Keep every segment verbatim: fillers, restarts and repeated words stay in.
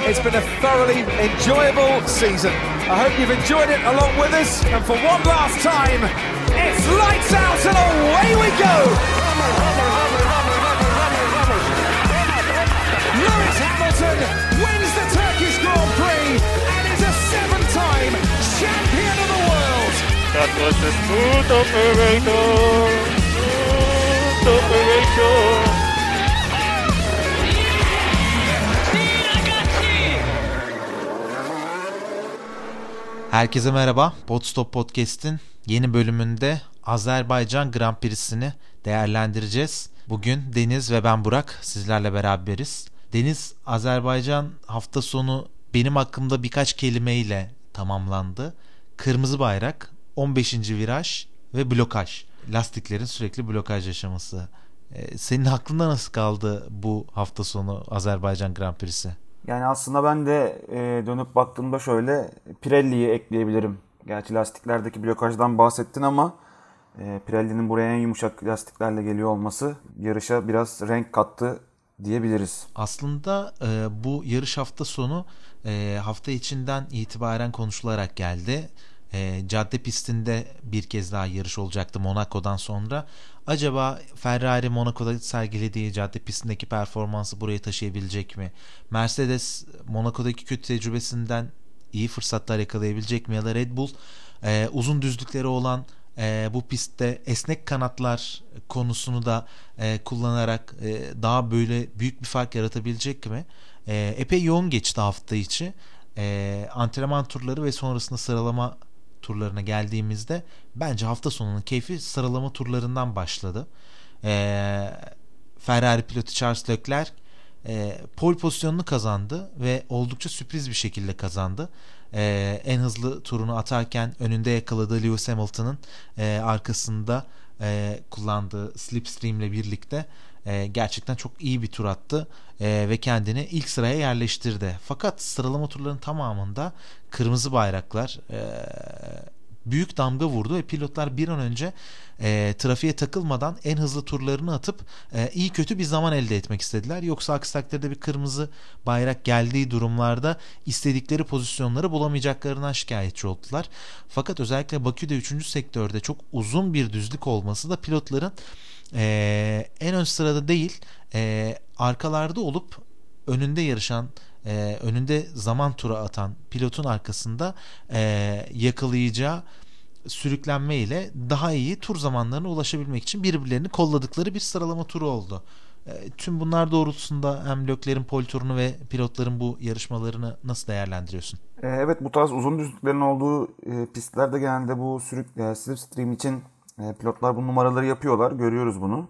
It's been a thoroughly enjoyable season. I hope you've enjoyed it along with us. And for one last time, it's lights out and away we go. Lewis Hamilton wins the Turkish Grand Prix and is a seven-time champion of the world. That was a smooth operator. Smooth operator. Herkese merhaba. Podstop Podcast'in yeni bölümünde Azerbaycan Grand Prix'sini değerlendireceğiz. Bugün Deniz ve ben Burak sizlerle beraberiz. Deniz, Azerbaycan hafta sonu benim hakkımda birkaç kelimeyle tamamlandı. Kırmızı bayrak, on beşinci viraj ve blokaj. Lastiklerin sürekli blokaj yaşaması. Ee, senin aklında nasıl kaldı bu hafta sonu Azerbaycan Grand Prix'si? Yani aslında ben de e, dönüp baktığımda şöyle Pirelli'yi ekleyebilirim. Gerçi lastiklerdeki blokajdan bahsettin ama e, Pirelli'nin buraya en yumuşak lastiklerle geliyor olması yarışa biraz renk kattı diyebiliriz. Aslında e, bu yarış hafta sonu e, hafta içinden itibaren konuşularak geldi. E, cadde pistinde bir kez daha yarış olacaktı Monaco'dan sonra. Acaba Ferrari Monaco'da sergilediği cadde pistindeki performansı buraya taşıyabilecek mi? Mercedes Monaco'daki kötü tecrübesinden iyi fırsatlar yakalayabilecek mi? Ya da Red Bull e, uzun düzlükleri olan e, bu pistte esnek kanatlar konusunu da e, kullanarak e, daha böyle büyük bir fark yaratabilecek mi? E, epey yoğun geçti hafta içi. E, antrenman turları ve sonrasında sıralama turlarına geldiğimizde bence hafta sonunun keyfi sıralama turlarından başladı. Ee, Ferrari pilotu Charles Leclerc e, pole pozisyonunu kazandı ve oldukça sürpriz bir şekilde kazandı. Ee, en hızlı turunu atarken önünde yakaladığı Lewis Hamilton'ın e, arkasında e, kullandığı slipstream ile birlikte e, gerçekten çok iyi bir tur attı e, ve kendini ilk sıraya yerleştirdi. Fakat sıralama turlarının tamamında kırmızı bayraklar e, büyük damga vurdu ve pilotlar bir an önce e, trafiğe takılmadan en hızlı turlarını atıp e, iyi kötü bir zaman elde etmek istediler. Yoksa aksi takdirde bir kırmızı bayrak geldiği durumlarda istedikleri pozisyonları bulamayacaklarından şikayetçi oldular. Fakat özellikle Bakü'de üçüncü sektörde çok uzun bir düzlük olması da pilotların e, en ön sırada değil e, arkalarda olup önünde yarışan Ee, önünde zaman tura atan pilotun arkasında e, yakalayacağı sürüklenme ile daha iyi tur zamanlarına ulaşabilmek için birbirlerini kolladıkları bir sıralama turu oldu. E, tüm bunlar doğrultusunda hem Leclerc'in pole turunu ve pilotların bu yarışmalarını nasıl değerlendiriyorsun? E, evet, bu tarz uzun düzlüklerin olduğu e, pistlerde genelde bu sürük, e, slipstream için e, pilotlar bu numaraları yapıyorlar. Görüyoruz bunu.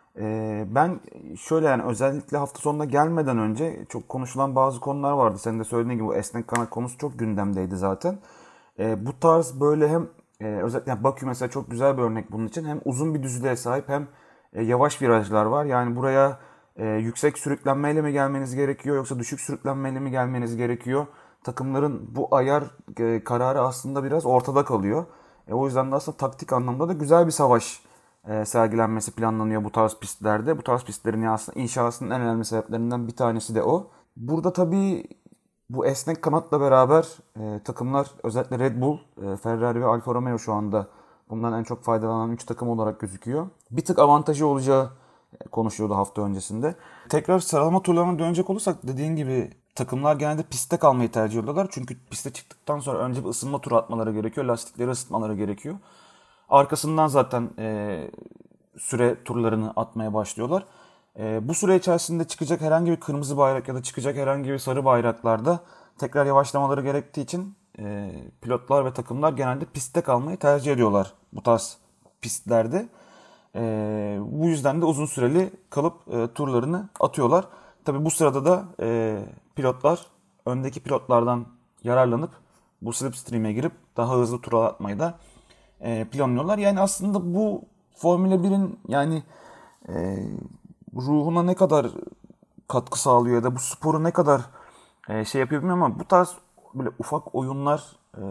Ben şöyle, yani özellikle hafta sonuna gelmeden önce çok konuşulan bazı konular vardı. Senin de söylediğin gibi bu esnek kanat konusu çok gündemdeydi zaten. Bu tarz böyle hem özellikle yani Bakü mesela çok güzel bir örnek bunun için. Hem uzun bir düzlüğe sahip hem yavaş virajlar var. Yani buraya yüksek sürüklenmeyle mi gelmeniz gerekiyor yoksa düşük sürüklenmeyle mi gelmeniz gerekiyor? Takımların bu ayar kararı aslında biraz ortada kalıyor. O yüzden de aslında taktik anlamda da güzel bir savaş E, sergilenmesi planlanıyor bu tarz pistlerde. Bu tarz pistlerin aslında inşasının en önemli sebeplerinden bir tanesi de o. Burada tabii bu esnek kanatla beraber e, takımlar, özellikle Red Bull, e, Ferrari ve Alfa Romeo şu anda bundan en çok faydalanan üç takım olarak gözüküyor. Bir tık avantajı olacağı konuşuyordu hafta öncesinde. Tekrar sıralama turlarına dönecek olursak, dediğin gibi takımlar genelde pistte kalmayı tercih ediyorlar. Çünkü piste çıktıktan sonra önce bir ısınma turu atmaları gerekiyor. Lastikleri ısıtmaları gerekiyor. Arkasından zaten e, süre turlarını atmaya başlıyorlar. E, bu süre içerisinde çıkacak herhangi bir kırmızı bayrak ya da çıkacak herhangi bir sarı bayraklarda tekrar yavaşlamaları gerektiği için e, pilotlar ve takımlar genelde pistte kalmayı tercih ediyorlar bu tarz pistlerde. E, bu yüzden de uzun süreli kalıp e, turlarını atıyorlar. Tabii bu sırada da e, pilotlar öndeki pilotlardan yararlanıp bu slipstream'e girip daha hızlı tur atmayı da planlıyorlar. Yani aslında bu Formula birin yani e, ruhuna ne kadar katkı sağlıyor ya da bu sporu ne kadar e, şey yapıyor bilmiyorum ama bu tarz böyle ufak oyunlar e,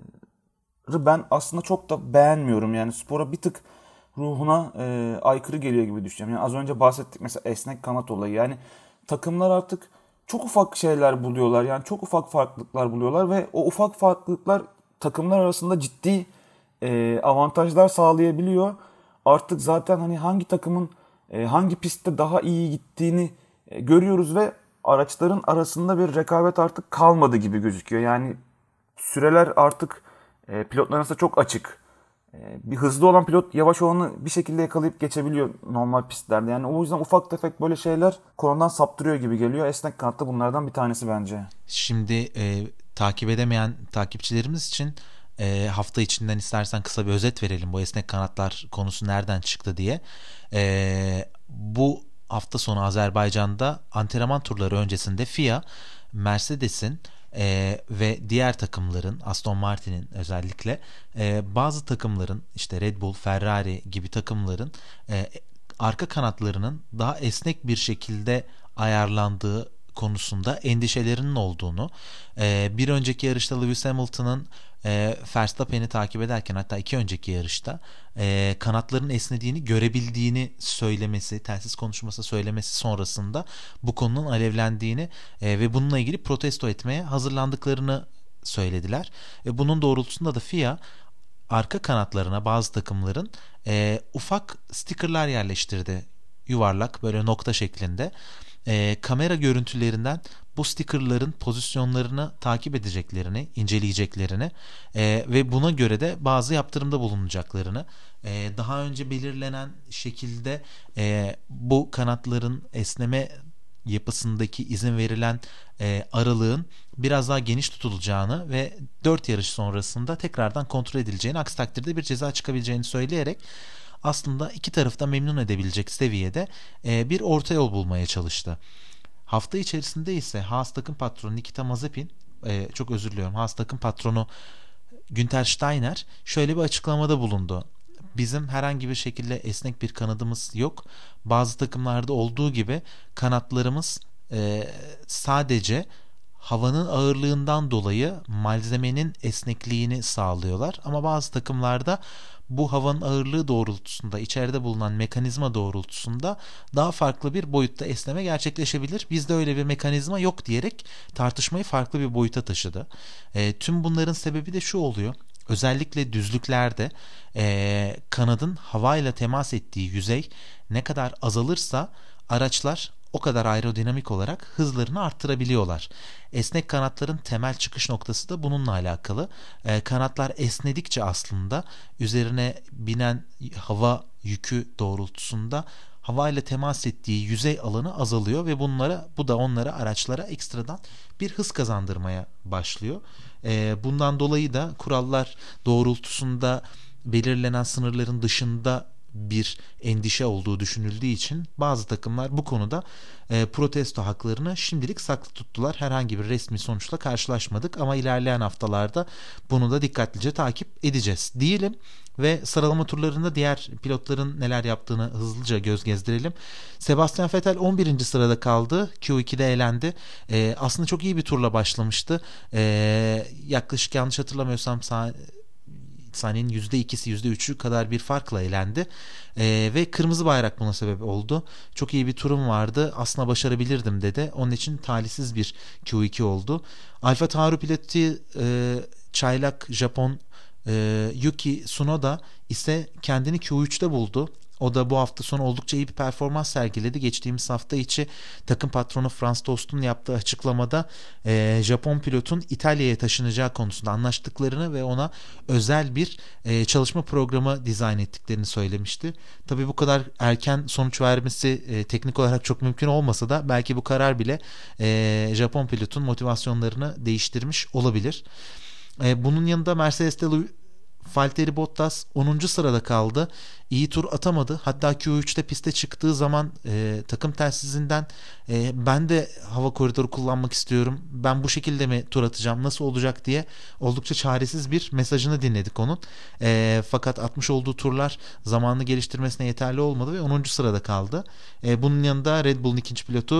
ben aslında çok da beğenmiyorum. Yani spora bir tık ruhuna e, aykırı geliyor gibi düşünüyorum. Yani az önce bahsettik mesela esnek kanat olayı. Yani takımlar artık çok ufak şeyler buluyorlar. Yani çok ufak farklılıklar buluyorlar ve o ufak farklılıklar takımlar arasında ciddi e, avantajlar sağlayabiliyor. Artık zaten hani hangi takımın e, hangi pistte daha iyi gittiğini e, görüyoruz ve araçların arasında bir rekabet artık kalmadı gibi gözüküyor. Yani süreler artık e, pilotlar arasında çok açık. E, bir hızlı olan pilot yavaş olanı bir şekilde yakalayıp geçebiliyor normal pistlerde. Yani o yüzden ufak tefek böyle şeyler konudan saptırıyor gibi geliyor. Esnek kanat da bunlardan bir tanesi bence. Şimdi e, takip edemeyen takipçilerimiz için e, hafta içinden istersen kısa bir özet verelim. Bu esnek kanatlar konusu nereden çıktı diye. E, bu hafta sonu Azerbaycan'da antrenman turları öncesinde F I A, Mercedes'in e, ve diğer takımların, Aston Martin'in özellikle e, bazı takımların, işte Red Bull, Ferrari gibi takımların e, arka kanatlarının daha esnek bir şekilde ayarlandığı konusunda endişelerinin olduğunu, e, bir önceki yarışta Lewis Hamilton'ın e, Verstappen'i takip ederken, hatta iki önceki yarışta e, kanatların esnediğini görebildiğini söylemesi, telsiz konuşması söylemesi sonrasında bu konunun alevlendiğini e, ve bununla ilgili protesto etmeye hazırlandıklarını söylediler. E, bunun doğrultusunda da F I A arka kanatlarına bazı takımların e, ufak stickerlar yerleştirdi. Yuvarlak, böyle nokta şeklinde. E, kamera görüntülerinden bu stickerların pozisyonlarını takip edeceklerini, inceleyeceklerini e, ve buna göre de bazı yaptırımda bulunacaklarını, e, daha önce belirlenen şekilde e, bu kanatların esneme yapısındaki izin verilen e, aralığın biraz daha geniş tutulacağını ve dört yarış sonrasında tekrardan kontrol edileceğini, aksi takdirde bir ceza çıkabileceğini söyleyerek aslında iki tarafı da memnun edebilecek seviyede e, bir orta yol bulmaya çalıştı. Hafta içerisinde ise Haas takım patronu Nikita Mazepin, e, çok özür diliyorum, Haas takım patronu Günther Steiner şöyle bir açıklamada bulundu. Bizim herhangi bir şekilde esnek bir kanadımız yok. Bazı takımlarda olduğu gibi kanatlarımız e, sadece havanın ağırlığından dolayı malzemenin esnekliğini sağlıyorlar. Ama bazı takımlarda bu havanın ağırlığı doğrultusunda, içeride bulunan mekanizma doğrultusunda daha farklı bir boyutta esneme gerçekleşebilir. Bizde öyle bir mekanizma yok diyerek tartışmayı farklı bir boyuta taşıdı. E, tüm bunların sebebi de şu oluyor. Özellikle düzlüklerde e, kanadın havayla temas ettiği yüzey ne kadar azalırsa araçlar o kadar aerodinamik olarak hızlarını arttırabiliyorlar. Esnek kanatların temel çıkış noktası da bununla alakalı. E, kanatlar esnedikçe aslında üzerine binen hava yükü doğrultusunda havayla temas ettiği yüzey alanı azalıyor ve bunlara, bu da onlara, araçlara ekstradan bir hız kazandırmaya başlıyor. E, bundan dolayı da kurallar doğrultusunda belirlenen sınırların dışında bir endişe olduğu düşünüldüğü için bazı takımlar bu konuda e, protesto haklarını şimdilik saklı tuttular. Herhangi bir resmi sonuçla karşılaşmadık ama ilerleyen haftalarda bunu da dikkatlice takip edeceğiz diyelim ve sıralama turlarında diğer pilotların neler yaptığını hızlıca göz gezdirelim. Sebastian Vettel on birinci sırada kaldı. Q iki'de elendi. E, aslında çok iyi bir turla başlamıştı. E, yaklaşık, yanlış hatırlamıyorsam sağ saniyenin yüzde ikisi yüzde üçü kadar bir farkla elendi ee, ve kırmızı bayrak buna sebep oldu. Çok iyi bir turum vardı, aslında başarabilirdim dedi. Onun için talihsiz bir Q iki oldu. Alfa Tauri pilotu e, çaylak Japon e, Yuki Tsunoda ise kendini Q üç'te buldu. O da bu hafta sonu oldukça iyi bir performans sergiledi. Geçtiğimiz hafta içi takım patronu Franz Tost'un yaptığı açıklamada e, Japon pilotun İtalya'ya taşınacağı konusunda anlaştıklarını ve ona özel bir e, çalışma programı dizayn ettiklerini söylemişti. Tabii bu kadar erken sonuç vermesi e, teknik olarak çok mümkün olmasa da belki bu karar bile e, Japon pilotun motivasyonlarını değiştirmiş olabilir. E, bunun yanında Mercedes'te Valtteri Bottas onuncu sırada kaldı. İyi tur atamadı. Hatta Q üç'te piste çıktığı zaman e, takım telsizinden e, ben de hava koridoru kullanmak istiyorum, ben bu şekilde mi tur atacağım, nasıl olacak diye oldukça çaresiz bir mesajını dinledik onun. E, fakat atmış olduğu turlar zamanını geliştirmesine yeterli olmadı ve onuncu sırada kaldı. E, bunun yanında Red Bull'un ikinci pilotu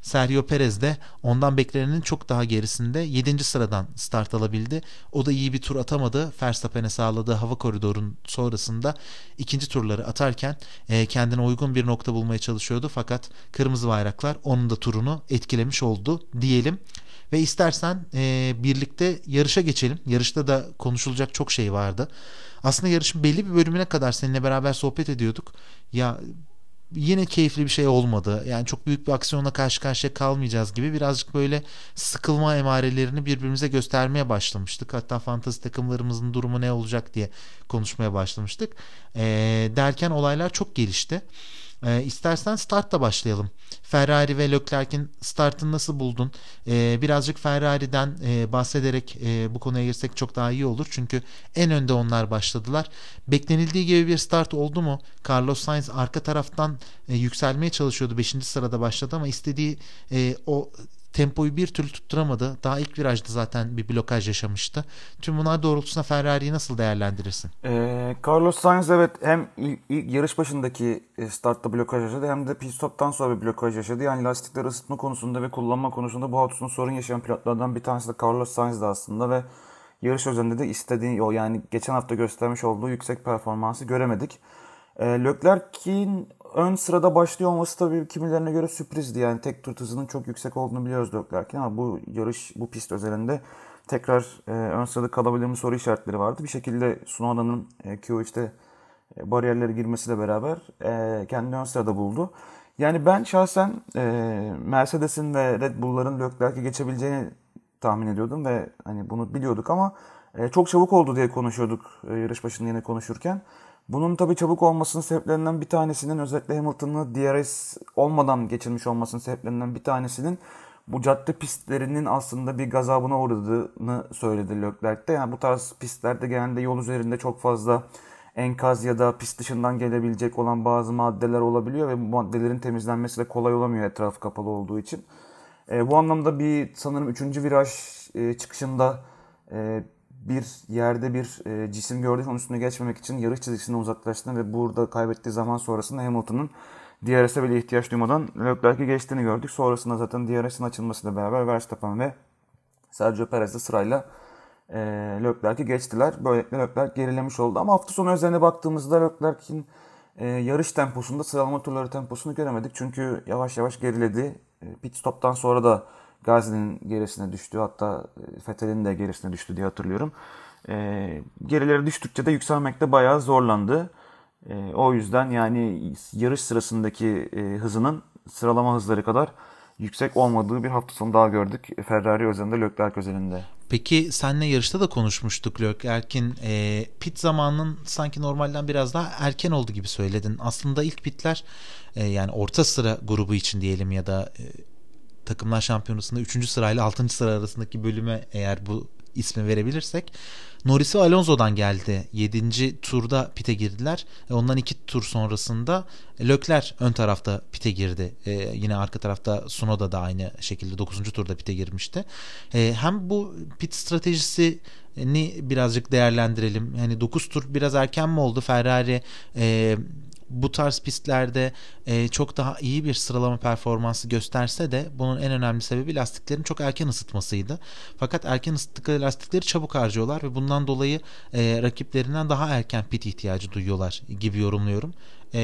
Sergio Perez de ondan beklenenin çok daha gerisinde yedinci sıradan start alabildi. O da iyi bir tur atamadı. Verstappen'e sağladığı hava koridorun sonrasında ikinci turları atarken e, kendine uygun bir nokta bulmaya çalışıyordu. Fakat kırmızı bayraklar onun da turunu etkilemiş oldu diyelim. Ve istersen e, birlikte yarışa geçelim. Yarışta da konuşulacak çok şey vardı. Aslında yarışın belli bir bölümüne kadar seninle beraber sohbet ediyorduk. Ya yine keyifli bir şey olmadı. Yani çok büyük bir aksiyonla karşı karşıya kalmayacağız gibi birazcık böyle sıkılma emarelerini birbirimize göstermeye başlamıştık. Hatta fantasy takımlarımızın durumu ne olacak diye konuşmaya başlamıştık. E, derken olaylar çok gelişti. E, istersen startla başlayalım. Ferrari ve Leclerc'in startını nasıl buldun? E, birazcık Ferrari'den e, bahsederek e, bu konuya girsek çok daha iyi olur. Çünkü en önde onlar başladılar. Beklenildiği gibi bir start oldu mu? Carlos Sainz arka taraftan e, yükselmeye çalışıyordu. beşinci sırada başladı ama istediği e, o tempoyu bir türlü tutturamadı. Daha ilk virajda zaten bir blokaj yaşamıştı. Tüm bunlar doğrultusunda Ferrari'yi nasıl değerlendirirsin? Ee, Carlos Sainz evet hem ilk, ilk yarış başındaki startta blokaj yaşadı hem de pit stop'tan sonra bir blokaj yaşadı. Yani lastikleri ısıtma konusunda ve kullanma konusunda bu hafta sonu sorun yaşayan pilotlardan bir tanesi de Carlos Sainz'di aslında ve yarış özelinde de istediği o yani geçen hafta göstermiş olduğu yüksek performansı göremedik. Ee, Leclerc'in ön sırada başlıyor olması tabii kimilerine göre sürprizdi. Yani tek tur hızının çok yüksek olduğunu biliyoruz Leclerc'in ama bu yarış, bu pist özelinde tekrar e, ön sırada kalabilir mi soru işaretleri vardı. Bir şekilde Tsunoda'nın e, Q üç'te e, bariyerlere girmesiyle beraber e, kendini ön sırada buldu. Yani ben şahsen e, Mercedes'in ve Red Bull'ların Leclerc'i geçebileceğini tahmin ediyordum ve hani bunu biliyorduk ama e, çok çabuk oldu diye konuşuyorduk e, yarış başında yine konuşurken. Bunun tabii çabuk olmasının sebeplerinden bir tanesinin özellikle Hamilton'ı D R S olmadan geçirmiş olmasının sebeplerinden bir tanesinin bu cadde pistlerinin aslında bir gazabına uğradığını söyledi Leclerc'te. Yani bu tarz pistlerde genelde yol üzerinde çok fazla enkaz ya da pist dışından gelebilecek olan bazı maddeler olabiliyor ve bu maddelerin temizlenmesi de kolay olamıyor etrafı kapalı olduğu için. E, bu anlamda bir sanırım üçüncü viraj e, çıkışında e, bir yerde bir e, cisim gördü. Onun üstüne geçmemek için yarış çizgisinden uzaklaştığını ve burada kaybettiği zaman sonrasında Hamilton'ın D R S'e bile ihtiyaç duymadan Leclerc'i geçtiğini gördük. Sonrasında zaten D R S'in açılmasıyla beraber Verstappen ve Sergio Perez de sırayla e, Leclerc'i geçtiler. Böylelikle Leclerc gerilemiş oldu. Ama hafta sonu özeline baktığımızda Leclerc'in e, yarış temposunda sıralama turları temposunu göremedik. Çünkü yavaş yavaş geriledi. E, pit stop'tan sonra da Gasly'nin gerisine düştü. Hatta Vettel'in de gerisine düştü diye hatırlıyorum. E, gerileri düştükçe de yükselmekte bayağı zorlandı. E, o yüzden yani yarış sırasındaki e, hızının sıralama hızları kadar yüksek olmadığı bir hafta sonu daha gördük. Ferrari özelinde, Leclerc özelinde. Peki seninle yarışta da konuşmuştuk Leclerc'in e, pit zamanının sanki normalden biraz daha erken oldu gibi söyledin. Aslında ilk pitler e, yani orta sıra grubu için diyelim ya da e, Takımlar Şampiyonası'nda üçüncü sırayla altıncı sıra arasındaki bölüme eğer bu ismi verebilirsek Norris ve Alonso'dan geldi. yedinci turda pite girdiler. Ondan iki tur sonrasında Leclerc ön tarafta pite girdi. Ee, yine arka tarafta Tsunoda da aynı şekilde dokuzuncu turda pite girmişti. Ee, hem bu pit stratejisini birazcık değerlendirelim. Yani dokuz tur biraz erken mi oldu? Ferrari e, bu tarz pistlerde e, çok daha iyi bir sıralama performansı gösterse de bunun en önemli sebebi lastiklerin çok erken ısıtmasıydı. Fakat erken ısıttıkları lastikleri çabuk harcıyorlar ve bundan dolayı e, rakiplerinden daha erken pit ihtiyacı duyuyorlar gibi yorumluyorum.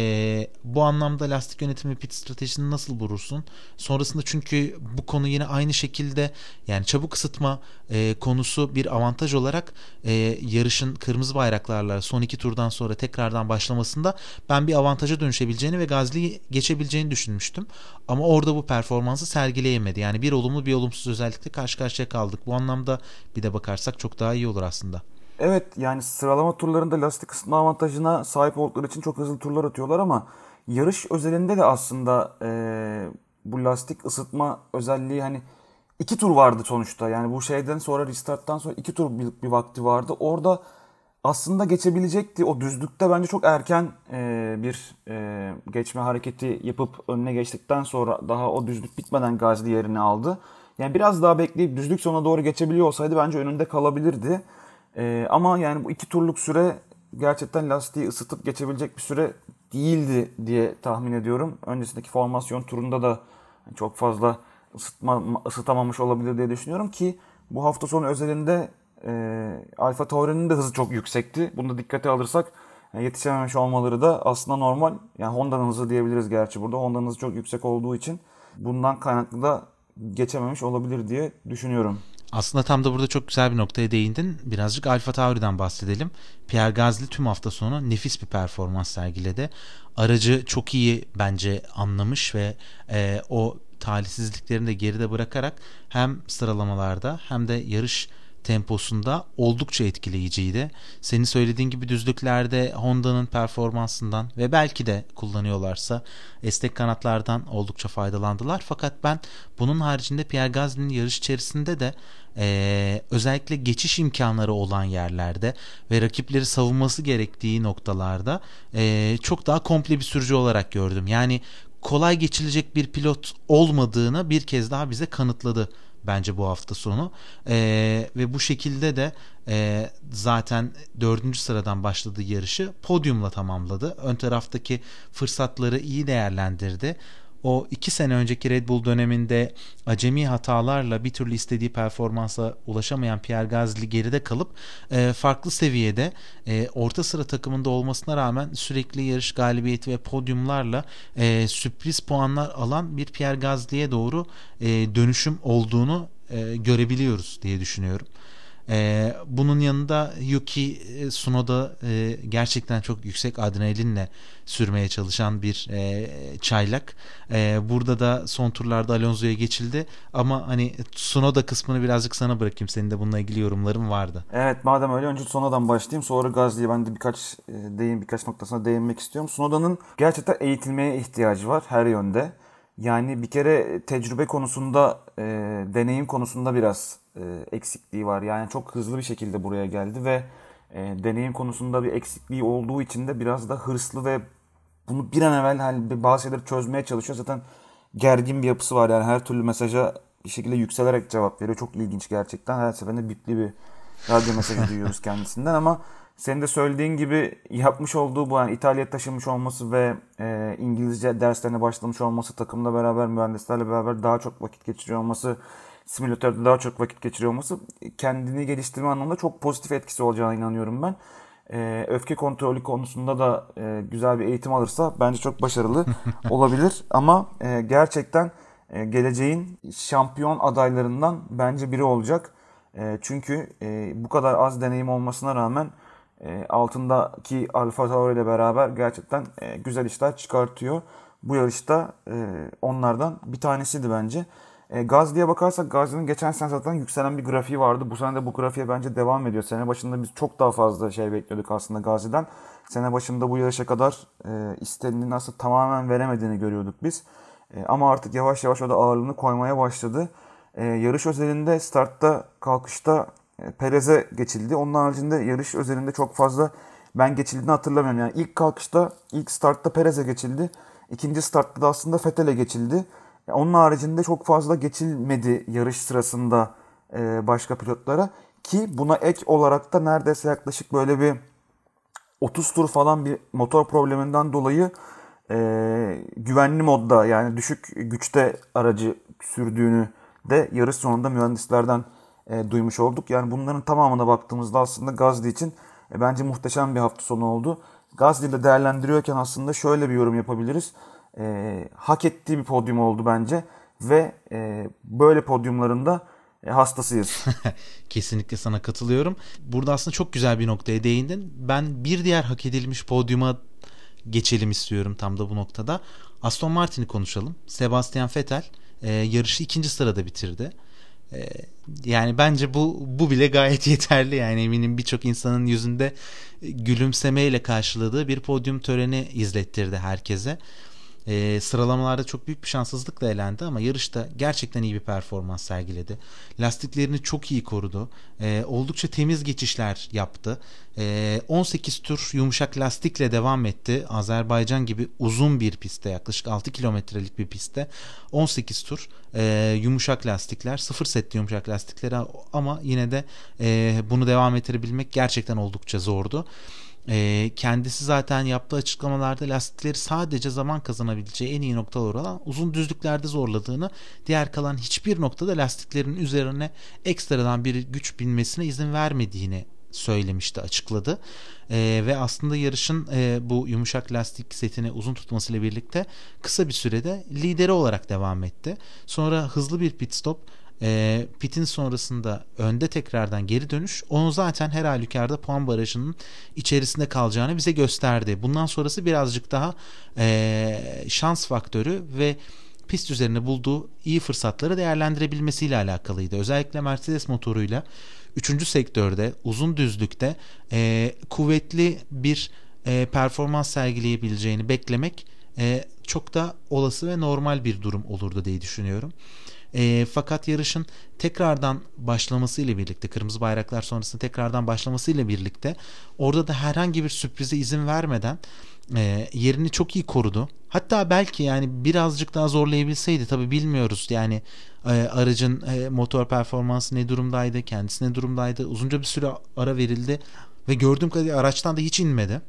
E, bu anlamda lastik yönetimi pit stratejisini nasıl bulursun? Sonrasında çünkü bu konu yine aynı şekilde yani çabuk ısıtma e, konusu bir avantaj olarak e, yarışın kırmızı bayraklarla son iki turdan sonra tekrardan başlamasında ben bir avantaja dönüşebileceğini ve Gasly'yi geçebileceğini düşünmüştüm. Ama orada bu performansı sergileyemedi. Yani bir olumlu bir olumsuz özellikle karşı karşıya kaldık. Bu anlamda bir de bakarsak çok daha iyi olur aslında. Evet yani sıralama turlarında lastik ısıtma avantajına sahip oldukları için çok hızlı turlar atıyorlar ama yarış özelinde de aslında e, bu lastik ısıtma özelliği hani iki tur vardı sonuçta. Yani bu şeyden sonra restarttan sonra iki tur bir, bir vakti vardı. Orada aslında geçebilecekti. O düzlükte bence çok erken e, bir e, geçme hareketi yapıp önüne geçtikten sonra daha o düzlük bitmeden Gasly yerini aldı. Yani biraz daha bekleyip düzlük sonuna doğru geçebiliyor olsaydı bence önünde kalabilirdi. Ee, ama yani bu iki turluk süre gerçekten lastiği ısıtıp geçebilecek bir süre değildi diye tahmin ediyorum. Öncesindeki formasyon turunda da çok fazla ısıtma, ısıtamamış olabilir diye düşünüyorum ki bu hafta sonu özelinde e, Alfa Tauri'nin de hızı çok yüksekti. Bunu da dikkate alırsak yani yetişememiş olmaları da aslında normal. Yani Honda'nın hızı diyebiliriz gerçi burada. Honda'nın hızı çok yüksek olduğu için bundan kaynaklı da geçememiş olabilir diye düşünüyorum. Aslında tam da burada çok güzel bir noktaya değindin. Birazcık Alfa Tauri'den bahsedelim. Pierre Gasly tüm hafta sonu nefis bir performans sergiledi. Aracı çok iyi bence anlamış ve e, o talihsizliklerini de geride bırakarak hem sıralamalarda hem de yarış temposunda oldukça etkileyiciydi. Senin söylediğin gibi düzlüklerde Honda'nın performansından ve belki de kullanıyorlarsa esnek kanatlardan oldukça faydalandılar. Fakat ben bunun haricinde Pierre Gasly'nin yarış içerisinde de Ee, özellikle geçiş imkanları olan yerlerde ve rakipleri savunması gerektiği noktalarda e, çok daha komple bir sürücü olarak gördüm. Yani kolay geçilecek bir pilot olmadığını bir kez daha bize kanıtladı bence bu hafta sonu. Ee, ve bu şekilde de e, zaten dördüncü sıradan başladığı yarışı podyumla tamamladı. Ön taraftaki fırsatları iyi değerlendirdi. O iki sene önceki Red Bull döneminde acemi hatalarla bir türlü istediği performansa ulaşamayan Pierre Gasly geride kalıp e, farklı seviyede e, orta sıra takımında olmasına rağmen sürekli yarış galibiyeti ve podyumlarla e, sürpriz puanlar alan bir Pierre Gasly'ye doğru e, dönüşüm olduğunu e, görebiliyoruz diye düşünüyorum. Ee, bunun yanında Yuki Tsunoda e, gerçekten çok yüksek adrenalinle sürmeye çalışan bir e, çaylak. E, burada da son turlarda Alonso'ya geçildi ama hani Tsunoda kısmını birazcık sana bırakayım. Senin de bununla ilgili yorumların vardı. Evet, madem öyle önce Tsunoda'dan başlayayım, sonra Gasly'ye ben de birkaç e, değin birkaç noktasına değinmek istiyorum. Tsunoda'nın gerçekten eğitilmeye ihtiyacı var her yönde. Yani bir kere tecrübe konusunda, e, deneyim konusunda biraz e, eksikliği var. Yani çok hızlı bir şekilde buraya geldi ve e, deneyim konusunda bir eksikliği olduğu için de biraz da hırslı ve bunu bir an evvel hani bazı şeyleri çözmeye çalışıyor. Zaten gergin bir yapısı var. Yani her türlü mesaja bir şekilde yükselerek cevap veriyor. Çok ilginç gerçekten. Her seferinde bipli bir radyo mesajı duyuyoruz kendisinden ama senin de söylediğin gibi yapmış olduğu bu, yani İtalya'ya taşınmış olması ve e, İngilizce derslerine başlamış olması, takımla beraber, mühendislerle beraber daha çok vakit geçiriyor olması, simülatörde daha çok vakit geçiriyor olması kendini geliştirme anlamında çok pozitif etkisi olacağına inanıyorum ben. E, öfke kontrolü konusunda da e, güzel bir eğitim alırsa bence çok başarılı olabilir. Ama e, gerçekten e, geleceğin şampiyon adaylarından bence biri olacak. E, çünkü e, bu kadar az deneyim olmasına rağmen E, altındaki Alfa Tauri ile beraber gerçekten e, güzel işler çıkartıyor. Bu yarışta e, onlardan bir tanesiydi bence. E, Gasly'ye bakarsak Gasly'nin geçen sene zaten yükselen bir grafiği vardı. Bu sene de bu grafiğe bence devam ediyor. Sene başında biz çok daha fazla şey bekliyorduk aslında Gasly'den. Sene başında bu yarışa kadar e, istenildiğini aslında tamamen veremediğini görüyorduk biz. E, ama artık yavaş yavaş o da ağırlığını koymaya başladı. E, yarış özelinde startta, kalkışta Perez'e geçildi. Onun haricinde yarış özelinde çok fazla ben geçildiğini hatırlamıyorum. Yani ilk kalkışta, ilk startta Perez'e geçildi. İkinci startta da aslında Vettel'e geçildi. Onun haricinde çok fazla geçilmedi yarış sırasında başka pilotlara. Ki buna ek olarak da neredeyse yaklaşık böyle bir otuz tur falan bir motor probleminden dolayı e, güvenli modda, yani düşük güçte aracı sürdüğünü de yarış sonunda mühendislerden E, duymuş olduk. Yani bunların tamamına baktığımızda aslında Gasly için e, bence muhteşem bir hafta sonu oldu. Gasly'yi de değerlendiriyorken aslında şöyle bir yorum yapabiliriz. E, hak ettiği bir podyum oldu bence ve e, böyle podyumlarında e, hastasıyız. Kesinlikle sana katılıyorum. Burada aslında çok güzel bir noktaya değindin. Ben bir diğer hak edilmiş podyuma geçelim istiyorum tam da bu noktada. Aston Martin'i konuşalım. Sebastian Vettel e, yarışı ikinci sırada bitirdi. Yani bence bu bu bile gayet yeterli. Yani eminim birçok insanın yüzünde gülümsemeyle karşıladığı bir podyum töreni izlettirdi herkese. Ee, sıralamalarda çok büyük bir şanssızlıkla elendi ama yarışta gerçekten iyi bir performans sergiledi. Lastiklerini çok iyi korudu. Ee, oldukça temiz geçişler yaptı. Ee, on sekiz tur yumuşak lastikle devam etti. Azerbaycan gibi uzun bir pistte, yaklaşık altı kilometrelik bir pistte on sekiz tur e, yumuşak lastikler, sıfır setli yumuşak lastikleri ama yine de e, bunu devam ettirebilmek gerçekten oldukça zordu. E, kendisi zaten yaptığı açıklamalarda lastikleri sadece zaman kazanabileceği en iyi noktalar olan uzun düzlüklerde zorladığını, diğer kalan hiçbir noktada lastiklerin üzerine ekstradan bir güç binmesine izin vermediğini söylemişti, açıkladı. Ee, ve aslında yarışın e, bu yumuşak lastik setini uzun tutmasıyla birlikte kısa bir sürede lideri olarak devam etti. Sonra hızlı bir pit stop, e, pitin sonrasında önde tekrardan geri dönüş, onu zaten her halükarda puan barajının içerisinde kalacağını bize gösterdi. Bundan sonrası birazcık daha e, şans faktörü ve pist üzerinde bulduğu iyi fırsatları değerlendirebilmesiyle alakalıydı. Özellikle Mercedes motoruyla üçüncü sektörde, uzun düzlükte e, kuvvetli bir e, performans sergileyebileceğini beklemek e, çok da olası ve normal bir durum olurdu diye düşünüyorum. E, fakat yarışın tekrardan başlamasıyla birlikte, kırmızı bayraklar sonrasında tekrardan başlamasıyla birlikte orada da herhangi bir sürprize izin vermeden e, yerini çok iyi korudu. Hatta belki yani birazcık daha zorlayabilseydi, tabii bilmiyoruz yani e, aracın e, motor performansı ne durumdaydı, kendisi ne durumdaydı. Uzunca bir süre ara verildi ve gördüğüm kadarıyla araçtan da hiç inmedi.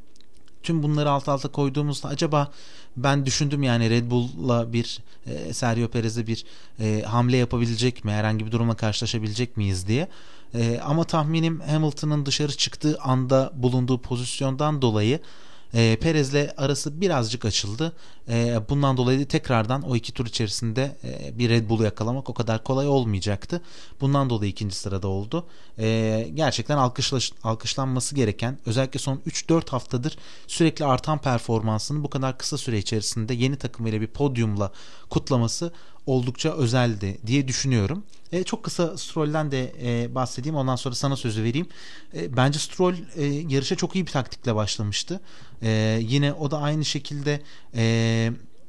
Tüm bunları alt alta koyduğumuzda acaba ben düşündüm yani Red Bull'la bir e, Sergio Perez'e bir e, hamle yapabilecek mi? Herhangi bir durumla karşılaşabilecek miyiz diye. E, ama tahminim Hamilton'ın dışarı çıktığı anda bulunduğu pozisyondan dolayı E, Perez'le arası birazcık açıldı. E, bundan dolayı da tekrardan o iki tur içerisinde e, bir Red Bull'u yakalamak o kadar kolay olmayacaktı. Bundan dolayı ikinci sırada oldu. E, gerçekten alkışlaş, alkışlanması gereken, özellikle son üç dört haftadır sürekli artan performansını bu kadar kısa süre içerisinde yeni takımıyla bir podyumla kutlaması oldukça özeldi diye düşünüyorum. E, çok kısa Stroll'den de e, bahsedeyim. Ondan sonra sana sözü vereyim. E, bence Stroll e, yarışa çok iyi bir taktikle başlamıştı. E, yine o da aynı şekilde e,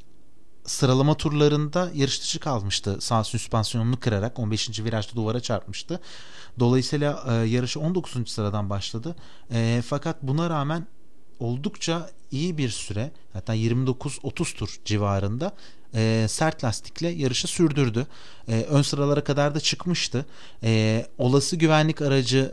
sıralama turlarında yarış dışı kalmıştı. Sağ süspansiyonunu kırarak on beşinci virajda duvara çarpmıştı. Dolayısıyla e, yarışı on dokuzuncu sıradan başladı. E, fakat buna rağmen oldukça iyi bir süre, hatta yirmi dokuz otuz tur civarında e, sert lastikle yarışı sürdürdü. E, ön sıralara kadar da çıkmıştı. E, olası güvenlik aracı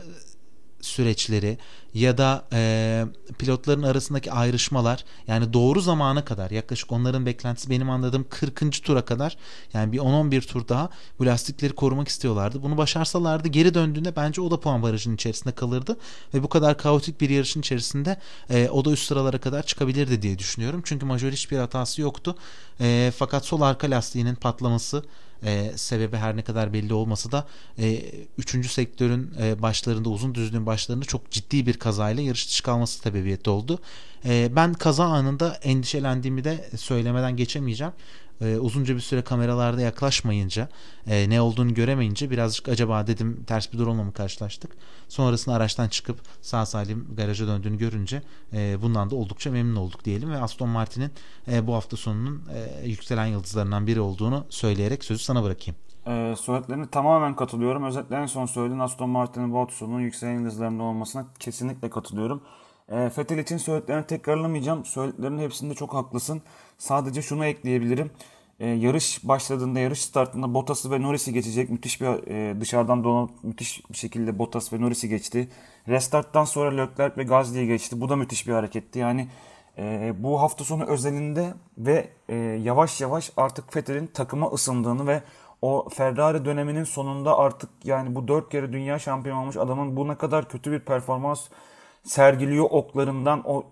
süreçleri ya da e, pilotların arasındaki ayrışmalar, yani doğru zamana kadar, yaklaşık onların beklentisi benim anladığım kırkıncı tura kadar, yani bir on on bir tur daha bu lastikleri korumak istiyorlardı. Bunu başarsalardı geri döndüğünde bence o da puan barajının içerisinde kalırdı ve bu kadar kaotik bir yarışın içerisinde e, o da üst sıralara kadar çıkabilirdi diye düşünüyorum. Çünkü majör hiçbir hatası yoktu. E, fakat sol arka lastiğinin patlaması, Ee, sebebi her ne kadar belli olmasa da e, üçüncü sektörün e, başlarında, uzun düzlüğün başlarında çok ciddi bir kazayla yarış dışı kalması sebebiyeti oldu. E, ben kaza anında endişelendiğimi de söylemeden geçemeyeceğim. E, uzunca bir süre kameralarda yaklaşmayınca, e, ne olduğunu göremeyince birazcık acaba dedim ters bir durumla mı karşılaştık. Sonrasında araçtan çıkıp sağ salim garaja döndüğünü görünce e, bundan da oldukça memnun olduk diyelim ve Aston Martin'in e, bu hafta sonunun e, yükselen yıldızlarından biri olduğunu söyleyerek sözü sana bırakayım. Ee, söylediklerine tamamen katılıyorum. Özellikle en son söylediğin Aston Martin'in bu hafta sonunun yükselen yıldızlarında olmasına kesinlikle katılıyorum. E, Vettel için söylediklerini tekrarlamayacağım. Söylediklerinin hepsinde çok haklısın. Sadece şunu ekleyebilirim. E, yarış başladığında, yarış startında Bottas'ı ve Norris'i geçecek. Müthiş bir e, dışarıdan dolanıp müthiş bir şekilde Bottas ve Norris'i geçti. Restarttan sonra Leclerc ve Gasly'yi geçti. Bu da müthiş bir hareketti. Yani e, bu hafta sonu özelinde ve e, yavaş yavaş artık Vettel'in takıma ısındığını ve o Ferrari döneminin sonunda artık, yani bu dört kere dünya şampiyonu olmuş adamın bu ne kadar kötü bir performans sergiliyor oklarından, o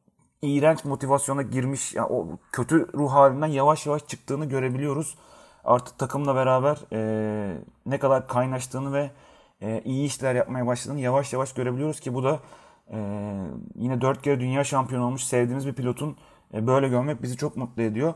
iğrenç motivasyona girmiş, yani o kötü ruh halinden yavaş yavaş çıktığını görebiliyoruz. Artık takımla beraber e, ne kadar kaynaştığını ve e, iyi işler yapmaya başladığını yavaş yavaş görebiliyoruz ki bu da e, yine dört kere dünya şampiyonu olmuş sevdiğimiz bir pilotun e, böyle görmek bizi çok mutlu ediyor.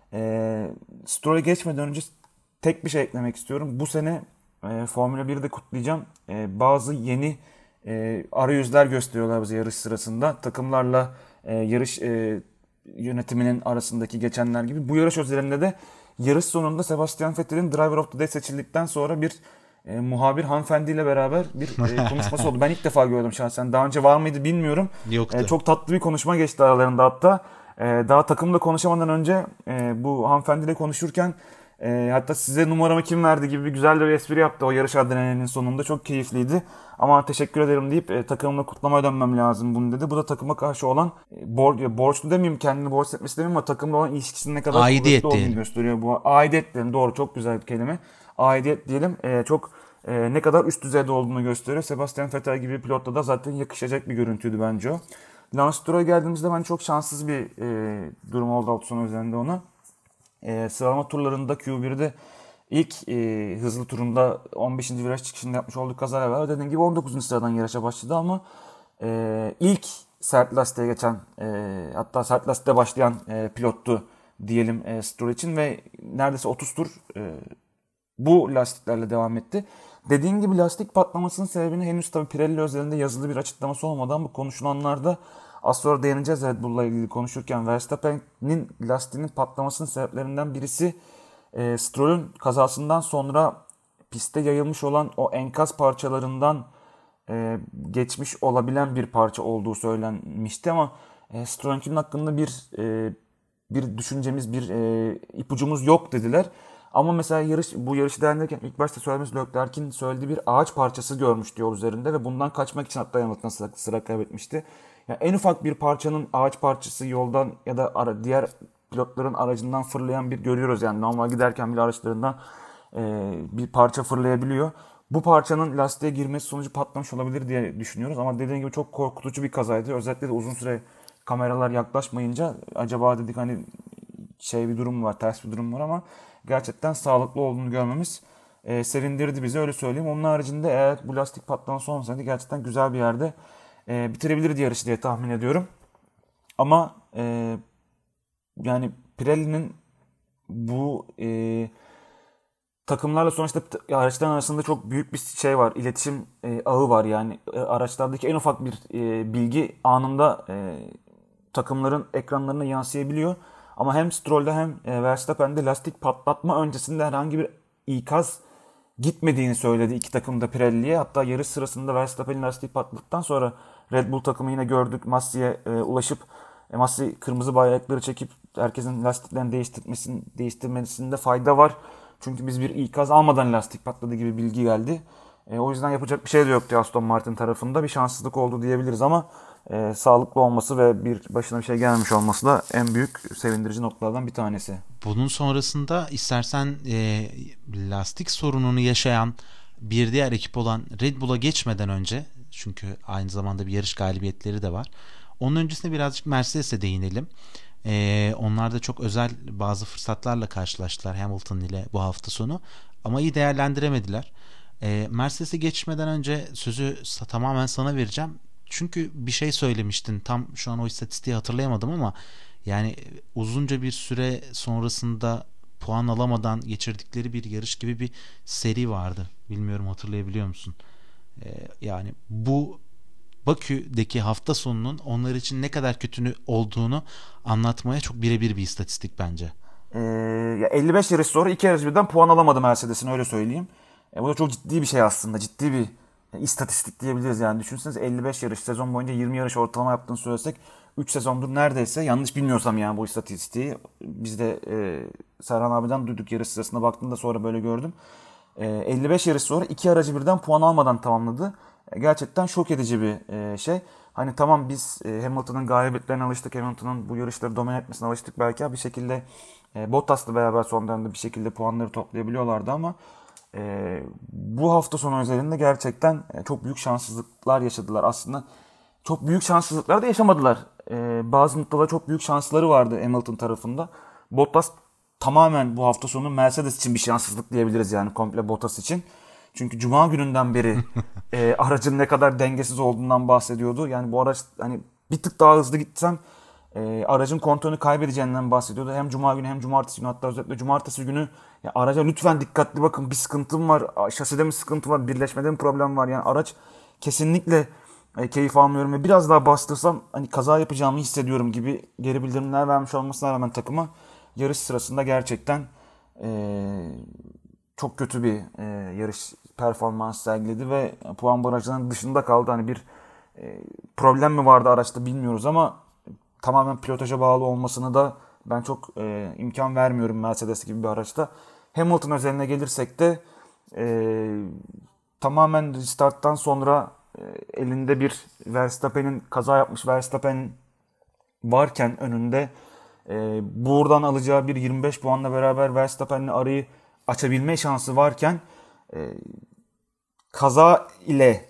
E, Stroll'e geçmeden önce tek bir şey eklemek istiyorum. Bu sene e, Formula birde kutlayacağım. E, bazı yeni e, arayüzler gösteriyorlar bize yarış sırasında. Takımlarla e, yarış e, yönetiminin arasındaki geçenler gibi. Bu yarış özelinde de yarış sonunda Sebastian Vettel'in Driver of the Day seçildikten sonra bir e, muhabir hanımefendiyle beraber bir e, konuşması oldu. Ben ilk defa gördüm şahsen. Daha önce var mıydı bilmiyorum. Yoktu. E, çok tatlı bir konuşma geçti aralarında hatta. E, daha takımla konuşamadan önce e, bu hanımefendiyle konuşurken E, hatta size numaramı kim verdi gibi bir güzel bir espri yaptı o yarış adrenalinin sonunda. Çok keyifliydi. Ama teşekkür ederim deyip e, takımımla kutlamaya dönmem lazım bunu dedi. Bu da takıma karşı olan e, bor, borçlu demeyeyim, kendini borç etmesi demeyeyim ama takımla olan ilişkisinin ne kadar aidiyet kuvvetli olduğunu diyelim. gösteriyor. Bu aidiyet diyelim, doğru, çok güzel bir kelime. Aidiyet diyelim. E, çok e, ne kadar üst düzeyde olduğunu gösteriyor. Sebastian Vettel gibi bir pilotla da zaten yakışacak bir görüntüydü bence o. Lance Stroll'a geldiğimizde ben çok şanssız bir e, durum oldu hafta sonu üzerinde ona. E, sıralama turlarında Q bir'de ilk e, hızlı turunda on beşinci viraj çıkışında yapmış olduğu kazayla beraber dediğim gibi on dokuzuncu sıradan yarışa başladı ama e, ilk sert lastiğe geçen e, hatta sert lastikte başlayan e, pilottu diyelim e, Stroll için ve neredeyse otuz tur e, bu lastiklerle devam etti. Dediğim gibi lastik patlamasının sebebini henüz tabii Pirelli özelinde yazılı bir açıklaması olmadan bu konuşulanlarda az sonra değineceğiz Red Bull'la ilgili konuşurken. Verstappen'in lastiğinin patlamasının sebeplerinden birisi e, Stroll'ün kazasından sonra pistte yayılmış olan o enkaz parçalarından e, geçmiş olabilen bir parça olduğu söylenmişti ama e, Stroll'ün hakkında bir e, bir düşüncemiz, bir e, ipucumuz yok dediler. Ama mesela yarış, bu yarışı değerlendirirken ilk başta söylediğimiz Leclerc'in söylediği bir ağaç parçası görmüştü yol üzerinde ve bundan kaçmak için hatta Hamilton sıra, sıra kaybetmişti. Yani en ufak bir parçanın ağaç parçası yoldan ya da ara, diğer pilotların aracından fırlayan bir görüyoruz. Yani normal giderken bile araçlarından e, bir parça fırlayabiliyor. Bu parçanın lastiğe girmesi sonucu patlamış olabilir diye düşünüyoruz. Ama dediğim gibi çok korkutucu bir kazaydı. Özellikle de uzun süre kameralar yaklaşmayınca acaba dedik hani şey bir durum var, ters bir durum var ama gerçekten sağlıklı olduğunu görmemiz e, sevindirdi bizi, öyle söyleyeyim. Onun haricinde eğer bu lastik patlaması olmasaydı gerçekten güzel bir yerde e, bitirebilirdi yarışı diye tahmin ediyorum. Ama e, yani Pirelli'nin bu e, takımlarla sonuçta araçların arasında çok büyük bir şey var, iletişim e, ağı var. Yani e, araçlardaki en ufak bir e, bilgi anında e, takımların ekranlarına yansıyabiliyor. Ama hem Stroll'de hem Verstappen'de lastik patlatma öncesinde herhangi bir ikaz gitmediğini söyledi iki takım da Pirelli'ye. Hatta yarış sırasında Verstappen'in lastiği patlattıktan sonra Red Bull takımı yine gördük Massey'e e, ulaşıp e, Massey kırmızı bayrakları çekip herkesin lastiklerini değiştirmesinin, değiştirmesinde fayda var. Çünkü biz bir ikaz almadan lastik patladı gibi bilgi geldi. E, o yüzden yapacak bir şey de yoktu Aston Martin tarafında. Bir şanssızlık oldu diyebiliriz ama e, sağlıklı olması ve bir başına bir şey gelmemiş olması da en büyük sevindirici noktalardan bir tanesi. Bunun sonrasında istersen e, lastik sorununu yaşayan bir diğer ekip olan Red Bull'a geçmeden önce, çünkü aynı zamanda bir yarış galibiyetleri de var. Onun öncesinde birazcık Mercedes'e değinelim. Ee, onlar da çok özel bazı fırsatlarla karşılaştılar Hamilton ile bu hafta sonu ama iyi değerlendiremediler. Ee, Mercedes'e geçmeden önce sözü tamamen sana vereceğim. Çünkü bir şey söylemiştin, tam şu an o istatistiği hatırlayamadım ama yani uzunca bir süre sonrasında puan alamadan geçirdikleri bir yarış gibi bir seri vardı. Bilmiyorum, hatırlayabiliyor musun? Ee, yani bu Bakü'deki hafta sonunun onlar için ne kadar kötü olduğunu anlatmaya çok birebir bir istatistik bence. Ee, ya elli beş yarış sonra iki yarış birden puan alamadı Mercedes'in, öyle söyleyeyim. E, bu da çok ciddi bir şey aslında. Ciddi bir yani istatistik diyebiliriz yani. Düşünsenize elli beş yarış, sezon boyunca yirmi yarış ortalama yaptığını söylesek üç sezondur neredeyse, yanlış bilmiyorsam yani bu istatistiği. Biz de e, Serhan abiden duyduk yarış sırasında, baktığımda sonra böyle gördüm. E, elli beş yarış sonra iki aracı birden puan almadan tamamladı. Gerçekten şok edici bir şey. Hani tamam biz Hamilton'ın galibiyetlerine alıştık. Hamilton'ın bu yarışları domine etmesine alıştık. Belki bir şekilde Bottas'la beraber son dönemde bir şekilde puanları toplayabiliyorlardı ama bu hafta sonu özelinde gerçekten çok büyük şanssızlıklar yaşadılar. Aslında çok büyük şanssızlıklar da yaşamadılar. Bazı noktalarda çok büyük şansları vardı Hamilton tarafında. Bottas tamamen bu hafta sonu Mercedes için bir şanssızlık diyebiliriz yani, komple Bottas için. Çünkü Cuma gününden beri e, aracın ne kadar dengesiz olduğundan bahsediyordu. Yani bu araç hani bir tık daha hızlı gitsem e, aracın kontrolünü kaybedeceğinden bahsediyordu. Hem Cuma günü hem Cumartesi günü, hatta özellikle Cumartesi günü ya araca lütfen dikkatli bakın, bir sıkıntım var, şaside mi sıkıntı var, birleşmede mi problem var. Yani araç kesinlikle e, keyif almıyorum ve biraz daha bastırsam hani kaza yapacağımı hissediyorum gibi geri bildirimler vermiş olmasına rağmen takıma yarış sırasında gerçekten e, çok kötü bir e, yarış performans sergiledi ve puan barajının dışında kaldı. Hani bir e, problem mi vardı araçta bilmiyoruz ama tamamen pilotaja bağlı olmasını da ben çok e, imkan vermiyorum Mercedes gibi bir araçta. Hamilton özeline gelirsek de e, tamamen restarttan sonra e, elinde bir Verstappen'in kaza yapmış Verstappen varken önünde e, buradan alacağı bir yirmi beş puanla beraber Verstappen'le arayı açabilme şansı varken e, kaza ile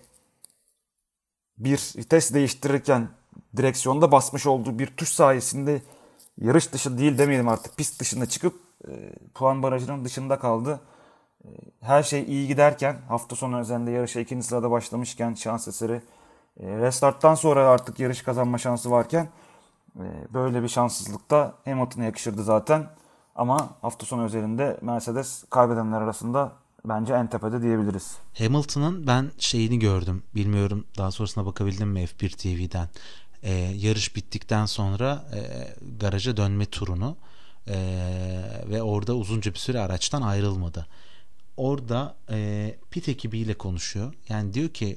bir vites değiştirirken direksiyonda basmış olduğu bir tuş sayesinde yarış dışı değil demeyelim artık pist dışında çıkıp e, puan barajının dışında kaldı. E, her şey iyi giderken hafta sonu özelinde yarışa ikinci sırada başlamışken şans eseri e, restarttan sonra artık yarış kazanma şansı varken e, böyle bir şanssızlık da Hamilton'a yakışırdı zaten. Ama hafta sonu özelinde Mercedes kaybedenler arasında bence en tepede diyebiliriz. Hamilton'ın ben şeyini gördüm. Bilmiyorum daha sonrasına bakabildim mi F bir T V'den. Ee, yarış bittikten sonra e, garaja dönme turunu e, ve orada uzunca bir süre araçtan ayrılmadı. Orada e, pit ekibiyle konuşuyor. Yani diyor ki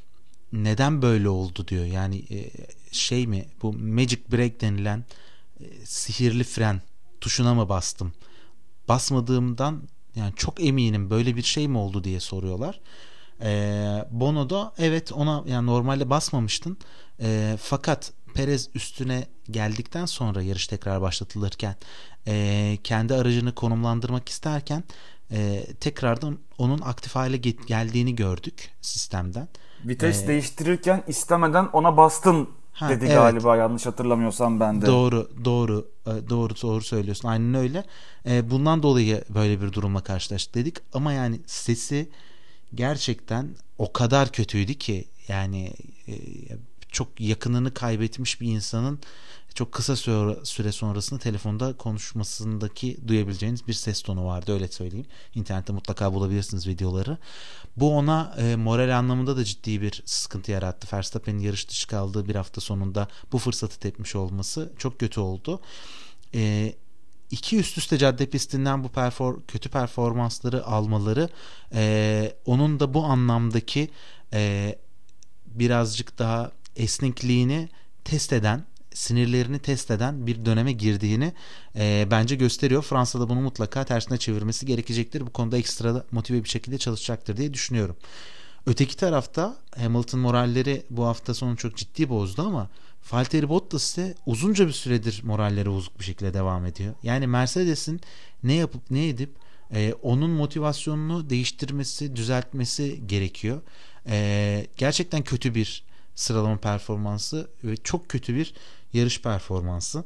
neden böyle oldu diyor. Yani e, şey mi bu magic brake denilen e, sihirli fren tuşuna mı bastım? Basmadığımdan yani çok eminim böyle bir şey mi oldu diye soruyorlar. Ee, Bono da evet ona yani normalde basmamıştın. Ee, fakat Perez üstüne geldikten sonra yarış tekrar başlatılırken e, kendi aracını konumlandırmak isterken e, tekrardan onun aktif hale geldiğini gördük sistemden. Vites ee, değiştirirken istemeden ona bastın ha, dedi evet. Galiba yanlış hatırlamıyorsam ben de. Doğru doğru doğru doğru söylüyorsun. Aynen öyle. Ee, bundan dolayı böyle bir durumla karşılaştık dedik ama yani sesi gerçekten o kadar kötüydü ki yani e, çok yakınını kaybetmiş bir insanın çok kısa süre, süre sonrasında telefonda konuşmasındaki duyabileceğiniz bir ses tonu vardı, öyle söyleyeyim. İnternette mutlaka bulabilirsiniz videoları. Bu ona e, moral anlamında da ciddi bir sıkıntı yarattı. Verstappen'in yarış dışı kaldığı bir hafta sonunda bu fırsatı tepmiş olması çok kötü oldu. E, iki üst üste cadde pistinden bu perfor- kötü performansları almaları e, onun da bu anlamdaki e, birazcık daha esnekliğini test eden, sinirlerini test eden bir döneme girdiğini e, bence gösteriyor. Fransa'da bunu mutlaka tersine çevirmesi gerekecektir. Bu konuda ekstra motive bir şekilde çalışacaktır diye düşünüyorum. Öteki tarafta Hamilton moralleri bu hafta sonu çok ciddi bozdu ama Valtteri Bottas ise uzunca bir süredir moralleri bozuk bir şekilde devam ediyor. Yani Mercedes'in ne yapıp ne edip e, onun motivasyonunu değiştirmesi, düzeltmesi gerekiyor. E, gerçekten kötü bir sıralama performansı ve çok kötü bir yarış performansı.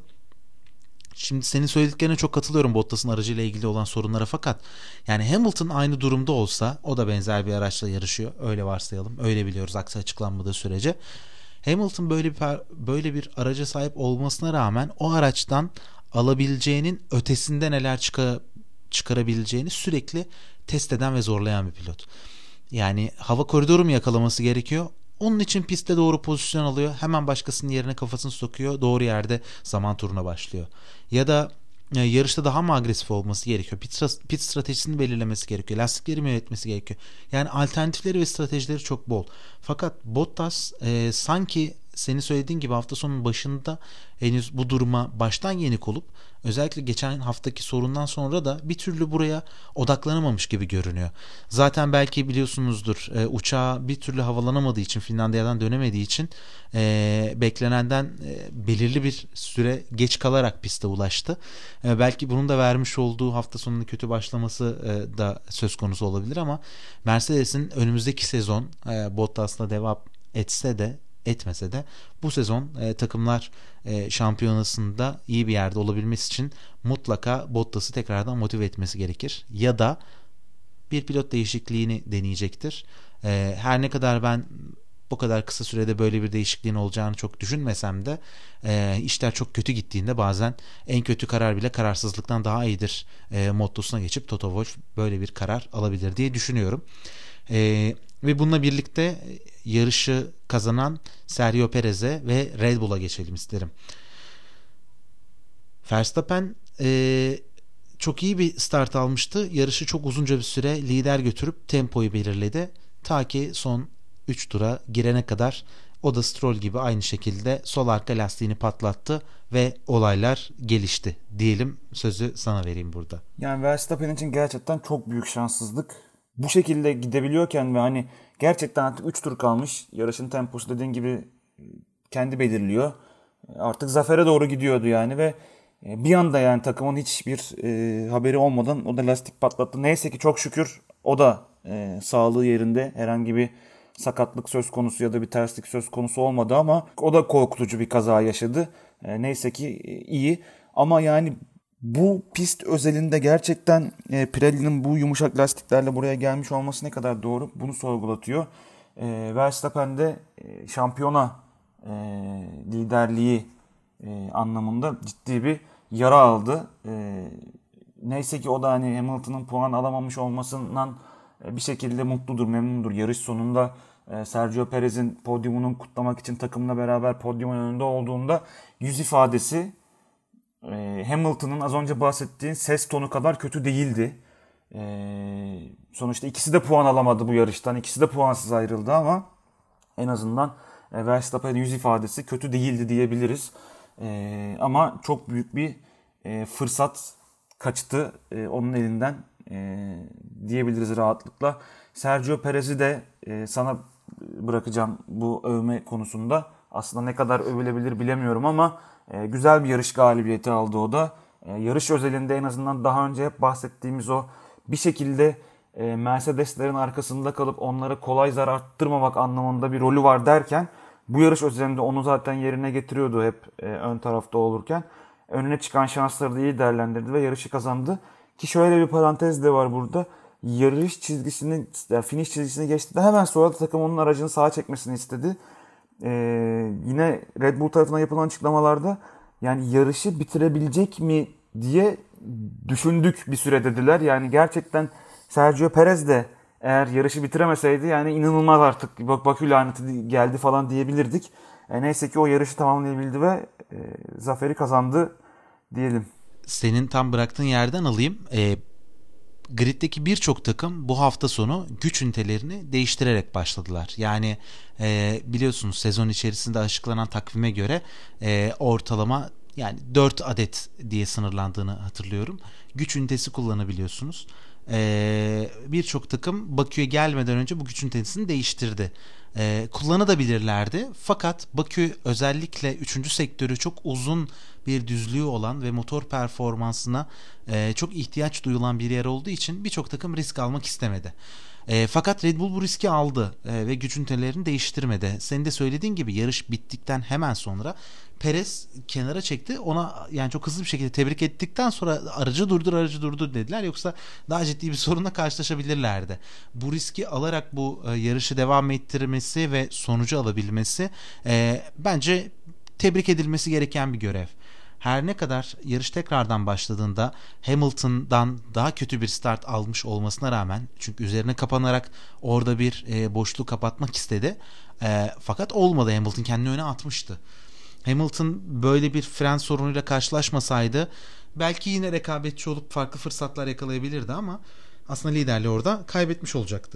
Şimdi senin söylediklerine çok katılıyorum Bottas'ın aracıyla ilgili olan sorunlara, fakat yani Hamilton aynı durumda olsa, o da benzer bir araçla yarışıyor. Öyle varsayalım. Öyle biliyoruz aksi açıklanmadığı sürece. Hamilton böyle bir böyle bir araca sahip olmasına rağmen o araçtan alabileceğinin ötesinde neler çıkar, çıkarabileceğini sürekli test eden ve zorlayan bir pilot. Yani hava koridoru mu yakalaması gerekiyor? Onun için pistte doğru pozisyon alıyor. Hemen başkasının yerine kafasını sokuyor. Doğru yerde zaman turuna başlıyor. Ya da e, yarışta daha mı agresif olması gerekiyor? Pit, pit stratejisini belirlemesi gerekiyor. Lastikleri mi yönetmesi gerekiyor? Yani alternatifleri ve stratejileri çok bol. Fakat Bottas e, sanki senin söylediğin gibi hafta sonunun başında henüz bu duruma baştan yenik olup özellikle geçen haftaki sorundan sonra da bir türlü buraya odaklanamamış gibi görünüyor. Zaten belki biliyorsunuzdur, e, uçağı bir türlü havalanamadığı için, Finlandiya'dan dönemediği için e, beklenenden e, belirli bir süre geç kalarak piste ulaştı. E, belki bunun da vermiş olduğu hafta sonunun kötü başlaması e, da söz konusu olabilir ama Mercedes'in önümüzdeki sezon e, Bottas'la devam etse de etmese de bu sezon e, takımlar e, şampiyonasında iyi bir yerde olabilmesi için mutlaka Bottas'ı tekrardan motive etmesi gerekir. Ya da bir pilot değişikliğini deneyecektir. E, her ne kadar ben bu kadar kısa sürede böyle bir değişikliğin olacağını çok düşünmesem de e, işler çok kötü gittiğinde bazen en kötü karar bile kararsızlıktan daha iyidir e, mottosuna geçip Toto Wolff böyle bir karar alabilir diye düşünüyorum. E, ve bununla birlikte yarışı kazanan Sergio Perez'e ve Red Bull'a geçelim isterim. Verstappen e, çok iyi bir start almıştı. Yarışı çok uzunca bir süre lider götürüp tempoyu belirledi. Ta ki son üç tura girene kadar O da Stroll gibi aynı şekilde sol arka lastiğini patlattı ve olaylar gelişti diyelim. Sözü sana vereyim burada. Yani Verstappen için gerçekten çok büyük şanssızlık. Bu şekilde gidebiliyorken ve hani gerçekten artık üç tur kalmış. Yarışın temposu dediğin gibi kendi belirliyor. Artık zafere doğru gidiyordu yani ve bir anda yani takımın hiçbir e, haberi olmadan o da lastik patlattı. Neyse ki çok şükür o da e, sağlığı yerinde, herhangi bir sakatlık söz konusu ya da bir terslik söz konusu olmadı ama o da korkutucu bir kaza yaşadı. E, neyse ki e, iyi ama yani bu pist özelinde gerçekten e, Pirelli'nin bu yumuşak lastiklerle buraya gelmiş olması ne kadar doğru, bunu sorgulatıyor. E, Verstappen de e, şampiyona e, liderliği e, anlamında ciddi bir yara aldı. E, neyse ki o da hani Hamilton'ın puan alamamış olmasından e, bir şekilde mutludur, memnundur. Yarış sonunda e, Sergio Perez'in podyumunu kutlamak için takımla beraber podyumun önünde olduğunda yüz ifadesi e, Hamilton'ın az önce bahsettiğin ses tonu kadar kötü değildi. E, sonuçta ikisi de puan alamadı bu yarıştan. İkisi de puansız ayrıldı ama en azından e, Verstappen'in yüz ifadesi kötü değildi diyebiliriz. E, ama çok büyük bir e, fırsat kaçtı e, onun elinden e, diyebiliriz rahatlıkla. Sergio Perez'i de e, sana bırakacağım bu övme konusunda. Aslında ne kadar övülebilir bilemiyorum ama e, güzel bir yarış galibiyeti aldı o da. E, yarış özelinde en azından daha önce hep bahsettiğimiz o bir şekilde e, Mercedeslerin arkasında kalıp onlara kolay zar arttırmamak anlamında bir rolü var derken bu yarış özelinde onu zaten yerine getiriyordu hep e, ön tarafta olurken. Önüne çıkan şansları da iyi değerlendirdi ve yarışı kazandı. Ki şöyle bir parantez de var burada. Yarış çizgisini, yani finish çizgisini geçti de hemen sonra da takım onun aracını sağa çekmesini istedi. Ee, yine Red Bull tarafından yapılan açıklamalarda yani yarışı bitirebilecek mi diye düşündük bir süre dediler. Yani gerçekten Sergio Perez de eğer yarışı bitiremeseydi yani inanılmaz artık Bak Bakü laneti geldi falan diyebilirdik. E, neyse ki o yarışı tamamlayabildi ve e, zaferi kazandı diyelim. Senin tam bıraktığın yerden alayım. E, griddeki birçok takım bu hafta sonu güç ünitelerini değiştirerek başladılar. Yani e, biliyorsunuz sezon içerisinde açıklanan takvime göre e, ortalama yani dört adet diye sınırlandığını hatırlıyorum. Güç ünitesi kullanabiliyorsunuz. E, birçok takım Bakü'ye gelmeden önce bu güç ünitesini değiştirdi. Ee, kullanabilirlerdi. Fakat Bakü özellikle üçüncü sektörü çok uzun bir düzlüğü olan ve motor performansına e, çok ihtiyaç duyulan bir yer olduğu için birçok takım risk almak istemedi. E, fakat Red Bull bu riski aldı e, ve güç ünitelerini değiştirmedi. Senin de söylediğin gibi yarış bittikten hemen sonra Perez kenara çekti. Ona yani çok hızlı bir şekilde tebrik ettikten sonra aracı durdur aracı durdur dediler. Yoksa daha ciddi bir sorunla karşılaşabilirlerdi. Bu riski alarak bu e, yarışı devam ettirmesi ve sonucu alabilmesi e, bence tebrik edilmesi gereken bir görev. Her ne kadar yarış tekrardan başladığında Hamilton'dan daha kötü bir start almış olmasına rağmen, çünkü üzerine kapanarak orada bir e, boşluğu kapatmak istedi. E, fakat olmadı. Hamilton kendini öne atmıştı. Hamilton böyle bir fren sorunuyla karşılaşmasaydı belki yine rekabetçi olup farklı fırsatlar yakalayabilirdi ama aslında liderliği orada kaybetmiş olacaktı.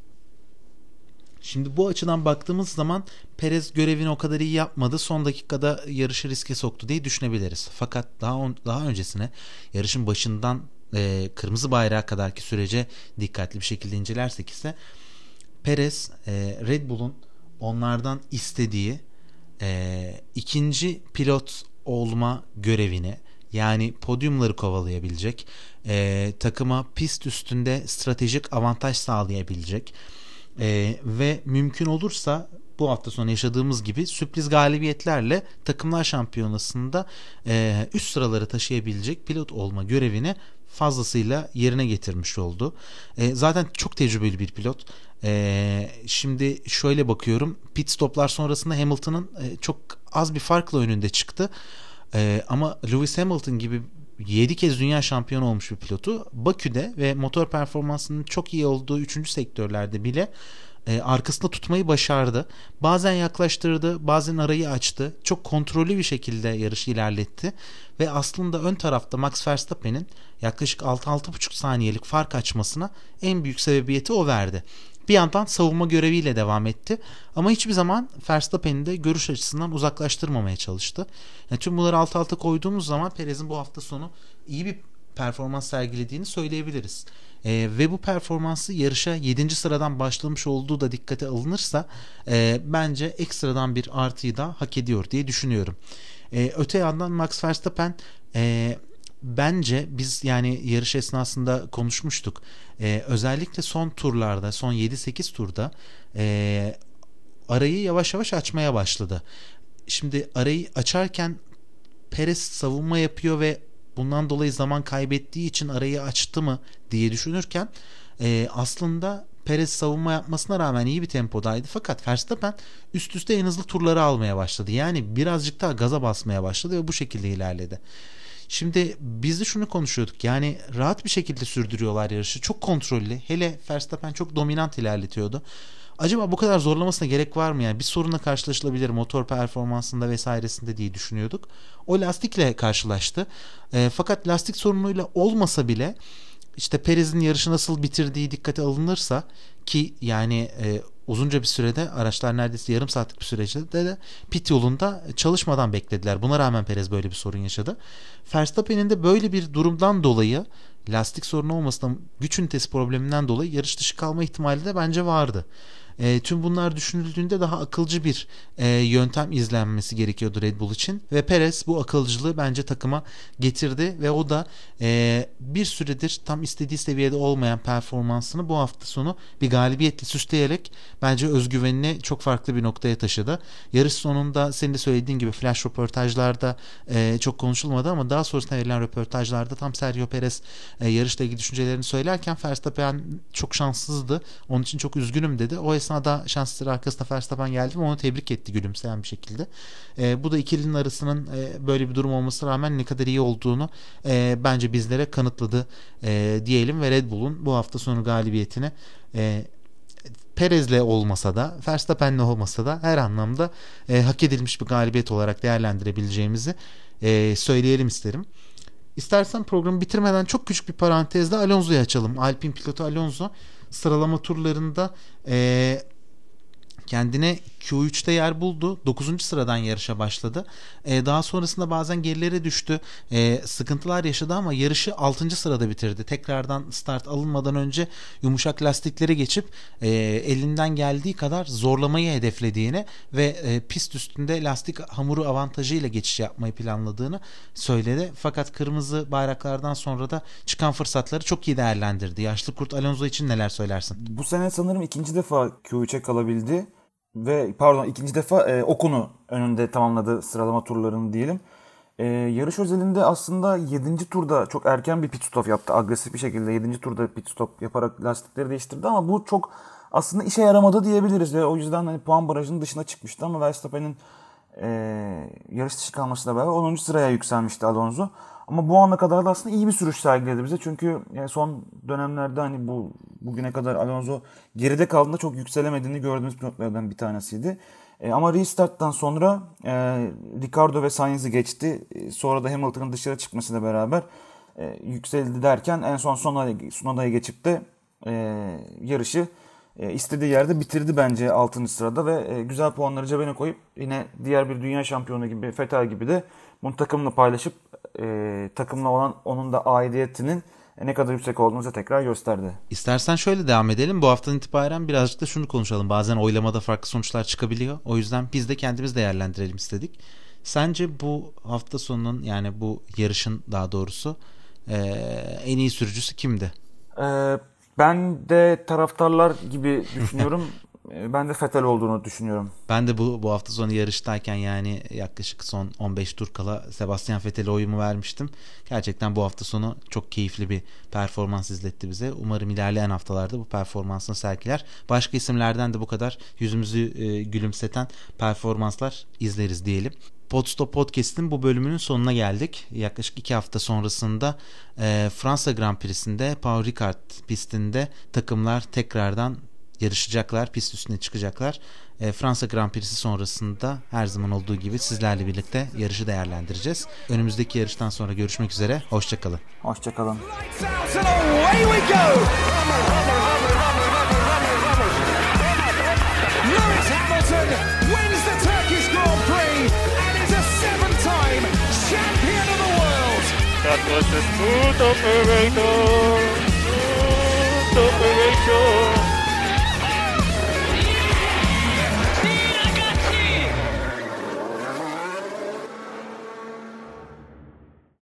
Şimdi bu açıdan baktığımız zaman Perez görevini o kadar iyi yapmadı. Son dakikada yarışı riske soktu diye düşünebiliriz. Fakat daha on, daha öncesine yarışın başından e, kırmızı bayrağa kadarki sürece dikkatli bir şekilde incelersek ise Perez e, Red Bull'un onlardan istediği e, ikinci pilot olma görevini, yani podyumları kovalayabilecek, e, takıma pist üstünde stratejik avantaj sağlayabilecek Ee, ve mümkün olursa bu hafta sonu yaşadığımız gibi sürpriz galibiyetlerle takımlar şampiyonasında e, üst sıraları taşıyabilecek pilot olma görevini fazlasıyla yerine getirmiş oldu. E, zaten çok tecrübeli bir pilot. E, şimdi şöyle bakıyorum, pit stoplar sonrasında Hamilton'ın e, çok az bir farkla önünde çıktı. E, ama Lewis Hamilton gibi yedi kez dünya şampiyonu olmuş bir pilotu Bakü'de ve motor performansının çok iyi olduğu üçüncü sektörlerde bile e, arkasında tutmayı başardı. Bazen yaklaştırdı, bazen arayı açtı. Çok kontrollü bir şekilde yarışı ilerletti ve aslında ön tarafta Max Verstappen'in yaklaşık altı altı buçuk saniyelik fark açmasına en büyük sebebiyeti o verdi. bir yandan savunma göreviyle devam etti. Ama hiçbir zaman Verstappen'i de görüş açısından uzaklaştırmamaya çalıştı. Yani tüm bunları alt alta koyduğumuz zaman Perez'in bu hafta sonu iyi bir performans sergilediğini söyleyebiliriz. E, ve bu performansı yarışa yedinci sıradan başlamış olduğu da dikkate alınırsa e, bence ekstradan bir artıyı da hak ediyor diye düşünüyorum. E, öte yandan Max Verstappen e, bence biz yani yarış esnasında konuşmuştuk. E, özellikle son turlarda, son yedi sekiz turda e, arayı yavaş yavaş açmaya başladı. Şimdi arayı açarken Perez savunma yapıyor ve bundan dolayı zaman kaybettiği için arayı açtı mı diye düşünürken e, aslında Perez savunma yapmasına rağmen iyi bir tempodaydı. Fakat Verstappen üst üste en hızlı turları almaya başladı. Yani birazcık daha gaza basmaya başladı ve bu şekilde ilerledi. Şimdi biz de şunu konuşuyorduk. Yani rahat bir şekilde sürdürüyorlar yarışı. Çok kontrollü. Hele Verstappen çok dominant ilerletiyordu. Acaba bu kadar zorlamasına gerek var mı? Yani bir sorunla karşılaşılabilir motor performansında vesairesinde diye düşünüyorduk. O lastikle karşılaştı. E, fakat lastik sorunuyla olmasa bile işte Perez'in yarışı nasıl bitirdiği dikkate alınırsa ki yani e, uzunca bir sürede araçlar neredeyse yarım saatlik bir süreçte de pit yolunda çalışmadan beklediler. Buna rağmen Perez böyle bir sorun yaşadı. Verstappen'in de böyle bir durumdan dolayı lastik sorunu olmasından güç ünitesi probleminden dolayı yarış dışı kalma ihtimali de bence vardı. E, tüm bunlar düşünüldüğünde daha akılcı bir e, yöntem izlenmesi gerekiyordu Red Bull için ve Perez bu akılcılığı bence takıma getirdi ve o da e, bir süredir tam istediği seviyede olmayan performansını bu hafta sonu bir galibiyetle süsleyerek bence özgüvenini çok farklı bir noktaya taşıdı. Yarış sonunda senin de söylediğin gibi flash röportajlarda e, çok konuşulmadı ama daha sonrasında verilen röportajlarda tam Sergio Perez e, yarışla ilgili düşüncelerini söylerken Verstappen çok şanssızdı. Onun için çok üzgünüm dedi. O esnada şansları arkasında Verstappen geldi ve onu tebrik etti gülümseyen bir şekilde. E, bu da ikilinin arasının e, böyle bir durum olmasına rağmen ne kadar iyi olduğunu e, bence bizlere kanıtladı e, diyelim ve Red Bull'un bu hafta sonu galibiyetini e, Perez'le olmasa da Verstappen'le olmasa da her anlamda e, hak edilmiş bir galibiyet olarak değerlendirebileceğimizi e, söyleyelim isterim. İstersen programı bitirmeden çok küçük bir parantezde Alonso'yu açalım. Alpine pilotu Alonso sıralama turlarında e, kendine Q üçte yer buldu. dokuzuncu sıradan yarışa başladı. E, daha sonrasında bazen gerilere düştü. E, sıkıntılar yaşadı ama yarışı altıncı sırada bitirdi. Tekrardan start alınmadan önce yumuşak lastiklere geçip e, elinden geldiği kadar zorlamayı hedeflediğini ve e, pist üstünde lastik hamuru avantajıyla geçiş yapmayı planladığını söyledi. Fakat kırmızı bayraklardan sonra da çıkan fırsatları çok iyi değerlendirdi. Yaşlı kurt Alonso için neler söylersin? Bu sene sanırım ikinci defa Q üçe kalabildi. Ve pardon ikinci defa e, Ocon'u önünde tamamladı sıralama turlarını diyelim. E, yarış özelinde aslında yedinci turda çok erken bir pit stop yaptı. Agresif bir şekilde yedinci turda pit stop yaparak lastikleri değiştirdi ama bu çok aslında işe yaramadı diyebiliriz. Ve o yüzden hani puan barajının dışına çıkmıştı ama Verstappen'in e, yarış dışı kalmasıyla beraber onuncu sıraya yükselmişti Alonso. Ama bu ana kadar da aslında iyi bir sürüş sergiledi bize. Çünkü yani son dönemlerde hani bu bugüne kadar Alonso geride kaldığında çok yükselemediğini gördüğümüz pilotlardan bir tanesiydi. E, ama restarttan sonra e, Ricardo ve Sainz'i geçti. E, sonra da Hamilton'ın dışarı çıkmasıyla beraber e, yükseldi derken en son Tsunoda'ya geçip de e, yarışı e, istediği yerde bitirdi bence altıncı sırada ve e, güzel puanları cebine koyup yine diğer bir dünya şampiyonu gibi Vettel gibi de bunu takımla paylaşıp e, takımla olan onun da aidiyetinin ne kadar yüksek olduğunu tekrar gösterdi. İstersen şöyle devam edelim. Bu haftadan itibaren birazcık da şunu konuşalım. Bazen oylamada farklı sonuçlar çıkabiliyor. O yüzden biz de kendimiz değerlendirelim istedik. Sence bu hafta sonunun yani bu yarışın daha doğrusu e, en iyi sürücüsü kimdi? E, ben de taraftarlar gibi düşünüyorum. Ben de Vettel olduğunu düşünüyorum. Ben de bu bu hafta sonu yarıştayken yani yaklaşık son on beş tur kala Sebastian Vettel'e oyumu vermiştim. Gerçekten bu hafta sonu çok keyifli bir performans izletti bize. Umarım ilerleyen haftalarda bu performansını sergiler. Başka isimlerden de bu kadar yüzümüzü e, gülümseten performanslar izleriz diyelim. Podstop Podcast'in bu bölümünün sonuna geldik. Yaklaşık iki hafta sonrasında e, Fransa Grand Prix'sinde Paul Ricard pistinde takımlar tekrardan yarışacaklar, pist üstüne çıkacaklar. E, Fransa Grand Prix'si sonrasında her zaman olduğu gibi sizlerle birlikte yarışı değerlendireceğiz. Önümüzdeki yarıştan sonra görüşmek üzere. Hoşçakalın. Hoşçakalın. That was a smooth operator. Smooth operator.